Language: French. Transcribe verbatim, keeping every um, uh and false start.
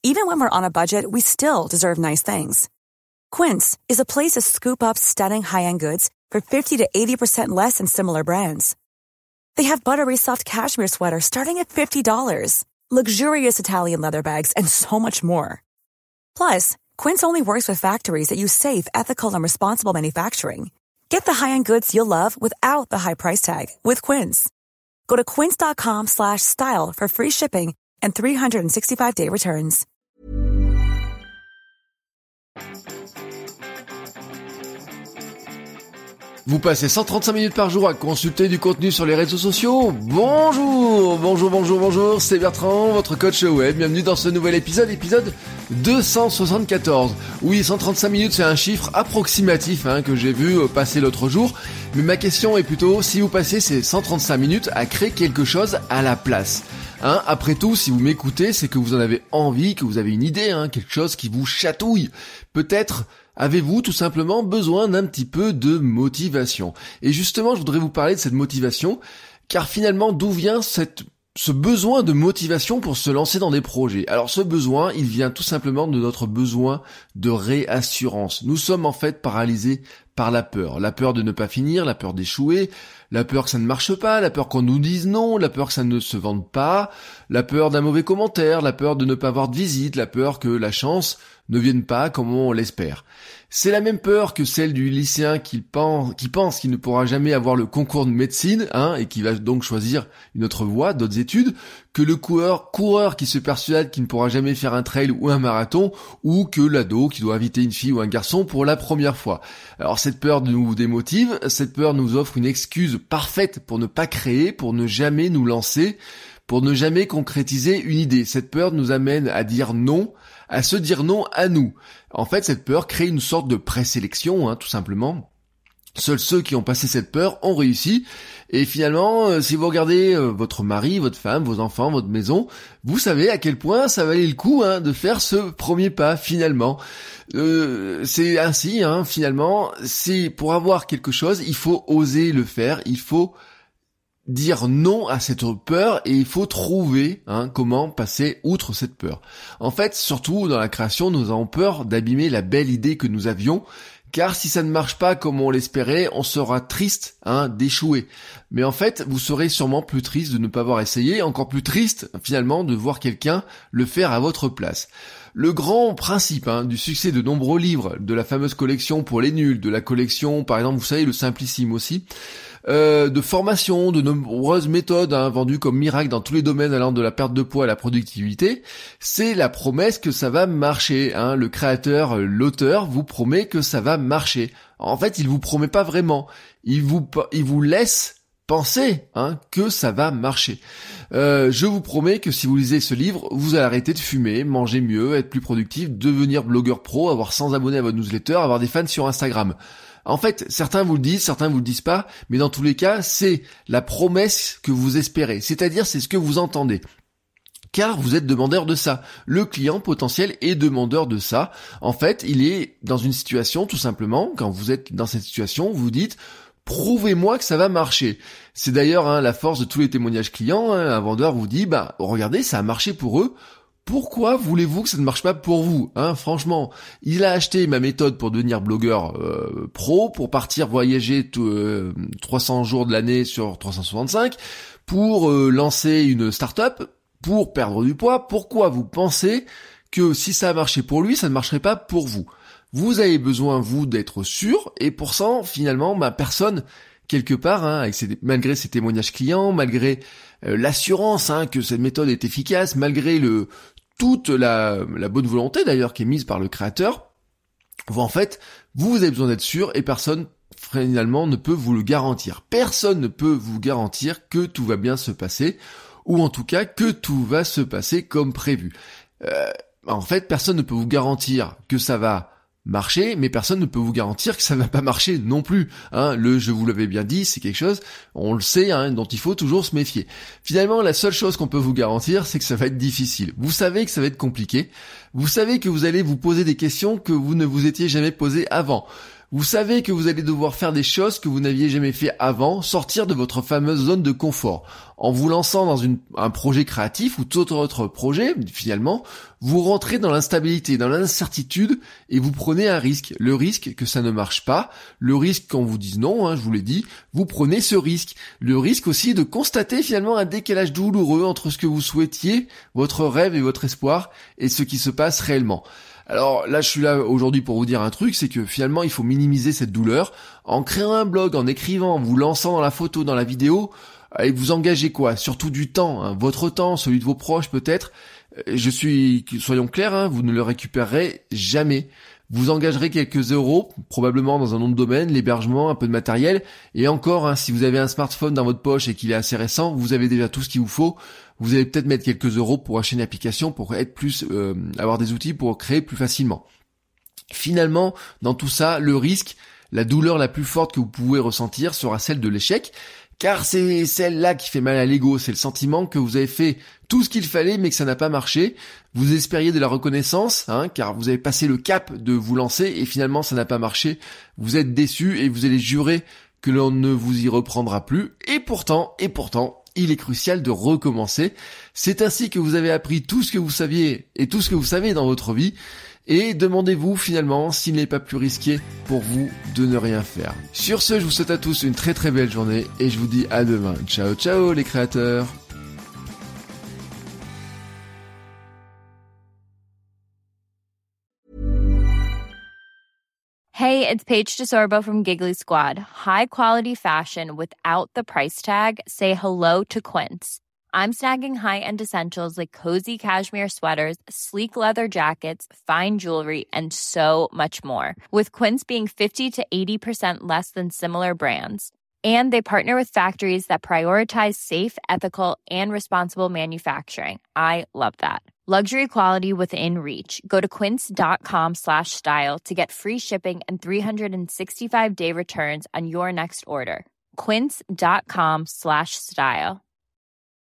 Even when we're on a budget, we still deserve nice things. Quince is a place to scoop up stunning high-end goods for fifty to eighty percent less than similar brands. They have buttery soft cashmere sweaters starting at fifty dollars, luxurious Italian leather bags, and so much more. Plus, Quince only works with factories that use safe, ethical, and responsible manufacturing. Get the high-end goods you'll love without the high price tag with Quince. Go to quince.com slash style for free shipping and three sixty-five day returns. Vous passez cent trente-cinq minutes par jour à consulter du contenu sur les réseaux sociaux. Bonjour, bonjour, bonjour, bonjour, c'est Bertrand, votre coach web. Bienvenue dans ce nouvel épisode, épisode deux cent soixante-quatorze. Oui, cent trente-cinq minutes, c'est un chiffre approximatif hein, que j'ai vu passer l'autre jour. Mais ma question est plutôt, si vous passez ces cent trente-cinq minutes à créer quelque chose à la place. Hein, après tout, si vous m'écoutez, c'est que vous en avez envie, que vous avez une idée, hein, quelque chose qui vous chatouille. Peut-être avez-vous tout simplement besoin d'un petit peu de motivation. Et justement, je voudrais vous parler de cette motivation, car finalement, d'où vient cette, ce besoin de motivation pour se lancer dans des projets? Alors ce besoin, il vient tout simplement de notre besoin de réassurance. Nous sommes en fait paralysés par la peur. La peur de ne pas finir, la peur d'échouer, la peur que ça ne marche pas, la peur qu'on nous dise non, la peur que ça ne se vende pas, la peur d'un mauvais commentaire, la peur de ne pas avoir de visite, la peur que la chance ne vienne pas comme on l'espère. C'est la même peur que celle du lycéen qui pense, qui pense qu'il ne pourra jamais avoir le concours de médecine, hein, et qui va donc choisir une autre voie, d'autres études, que le coureur, coureur qui se persuade qu'il ne pourra jamais faire un trail ou un marathon, ou que l'ado qui doit inviter une fille ou un garçon pour la première fois. Alors cette peur nous démotive, cette peur nous offre une excuse parfaite pour ne pas créer, pour ne jamais nous lancer, pour ne jamais concrétiser une idée. Cette peur nous amène à dire non, à se dire non à nous. En fait, cette peur crée une sorte de présélection, hein, tout simplement. Seuls ceux qui ont passé cette peur ont réussi. Et finalement, euh, si vous regardez euh, votre mari, votre femme, vos enfants, votre maison, vous savez à quel point ça valait le coup hein, de faire ce premier pas, finalement. Euh, c'est ainsi, hein, finalement, c'est pour avoir quelque chose, il faut oser le faire, il faut dire non à cette peur et il faut trouver hein, comment passer outre cette peur. En fait, surtout dans la création, nous avons peur d'abîmer la belle idée que nous avions, car si ça ne marche pas comme on l'espérait, on sera triste hein, d'échouer. Mais en fait, vous serez sûrement plus triste de ne pas avoir essayé, encore plus triste finalement de voir quelqu'un le faire à votre place. Le grand principe hein, du succès de nombreux livres, de la fameuse collection pour les nuls, de la collection, par exemple, vous savez, le Simplissime aussi, Euh, de formation, de nombreuses méthodes hein, vendues comme miracle dans tous les domaines allant de la perte de poids à la productivité, c'est la promesse que ça va marcher. Hein. Le créateur, l'auteur vous promet que ça va marcher. En fait, il vous promet pas vraiment. Il vous, il vous laisse penser hein, que ça va marcher. Euh, je vous promets que si vous lisez ce livre, vous allez arrêter de fumer, manger mieux, être plus productif, devenir blogueur pro, avoir cent abonnés à votre newsletter, avoir des fans sur Instagram. En fait, certains vous le disent, certains vous le disent pas, mais dans tous les cas, c'est la promesse que vous espérez. C'est-à-dire, c'est ce que vous entendez. Car vous êtes demandeur de ça. Le client potentiel est demandeur de ça. En fait, il est dans une situation, tout simplement, quand vous êtes dans cette situation, vous dites « prouvez-moi que ça va marcher ». C'est d'ailleurs hein, la force de tous les témoignages clients. Hein, un vendeur vous dit bah, « regardez, ça a marché pour eux ». Pourquoi voulez-vous que ça ne marche pas pour vous hein, franchement, il a acheté ma méthode pour devenir blogueur euh, pro, pour partir voyager tout, euh, trois cents jours de l'année sur trois cent soixante-cinq, pour euh, lancer une start-up, pour perdre du poids. Pourquoi vous pensez que si ça a marché pour lui, ça ne marcherait pas pour vous? Vous avez besoin, vous, d'être sûr, et pour ça, finalement, ma personne, quelque part, hein, avec ses, malgré ses témoignages clients, malgré euh, l'assurance hein, que cette méthode est efficace, malgré le toute la, la bonne volonté d'ailleurs qui est mise par le créateur, vous en fait, vous, vous avez besoin d'être sûr et personne finalement ne peut vous le garantir. Personne ne peut vous garantir que tout va bien se passer, ou en tout cas que tout va se passer comme prévu. Euh, en fait, personne ne peut vous garantir que ça va marcher, mais personne ne peut vous garantir que ça va pas marcher non plus. Hein, le je vous l'avais bien dit, c'est quelque chose, on le sait, hein, dont il faut toujours se méfier. Finalement, la seule chose qu'on peut vous garantir, c'est que ça va être difficile. Vous savez que ça va être compliqué. Vous savez que vous allez vous poser des questions que vous ne vous étiez jamais posées avant. Vous savez que vous allez devoir faire des choses que vous n'aviez jamais fait avant, sortir de votre fameuse zone de confort. En vous lançant dans une, un projet créatif ou tout autre projet, finalement, vous rentrez dans l'instabilité, dans l'incertitude et vous prenez un risque. Le risque que ça ne marche pas, le risque qu'on vous dise non, hein, je vous l'ai dit, vous prenez ce risque. Le risque aussi de constater finalement un décalage douloureux entre ce que vous souhaitiez, votre rêve et votre espoir, et ce qui se passe réellement. Alors là, je suis là aujourd'hui pour vous dire un truc, c'est que finalement, il faut minimiser cette douleur en créant un blog, en écrivant, en vous lançant dans la photo, dans la vidéo, et vous engagez quoi ? Surtout du temps, hein, votre temps, celui de vos proches peut-être. Je suis, soyons clairs, hein, vous ne le récupérerez jamais. Vous engagerez quelques euros, probablement dans un nom de domaine, l'hébergement, un peu de matériel, et encore, hein, si vous avez un smartphone dans votre poche et qu'il est assez récent, vous avez déjà tout ce qu'il vous faut. Vous allez peut-être mettre quelques euros pour acheter une application, pour être plus, euh, avoir des outils pour créer plus facilement. Finalement, dans tout ça, le risque, la douleur la plus forte que vous pouvez ressentir sera celle de l'échec, car c'est celle-là qui fait mal à l'ego, c'est le sentiment que vous avez fait tout ce qu'il fallait mais que ça n'a pas marché. Vous espériez de la reconnaissance, hein, car vous avez passé le cap de vous lancer et finalement ça n'a pas marché. Vous êtes déçu et vous allez jurer que l'on ne vous y reprendra plus. Et pourtant, et pourtant, il est crucial de recommencer. C'est ainsi que vous avez appris tout ce que vous saviez et tout ce que vous savez dans votre vie. Et demandez-vous finalement s'il n'est pas plus risqué pour vous de ne rien faire. Sur ce, je vous souhaite à tous une très très belle journée et je vous dis à demain. Ciao ciao les créateurs. Hey, it's Paige DeSorbo from Giggly Squad. High quality fashion without the price tag. Say hello to Quince. I'm snagging high-end essentials like cozy cashmere sweaters, sleek leather jackets, fine jewelry, and so much more. With Quince being fifty to eighty percent less than similar brands. And they partner with factories that prioritize safe, ethical, and responsible manufacturing. I love that. Luxury quality within reach. Go to quince.com slash style to get free shipping and three sixty-five day returns on your next order. Quince.com slash style.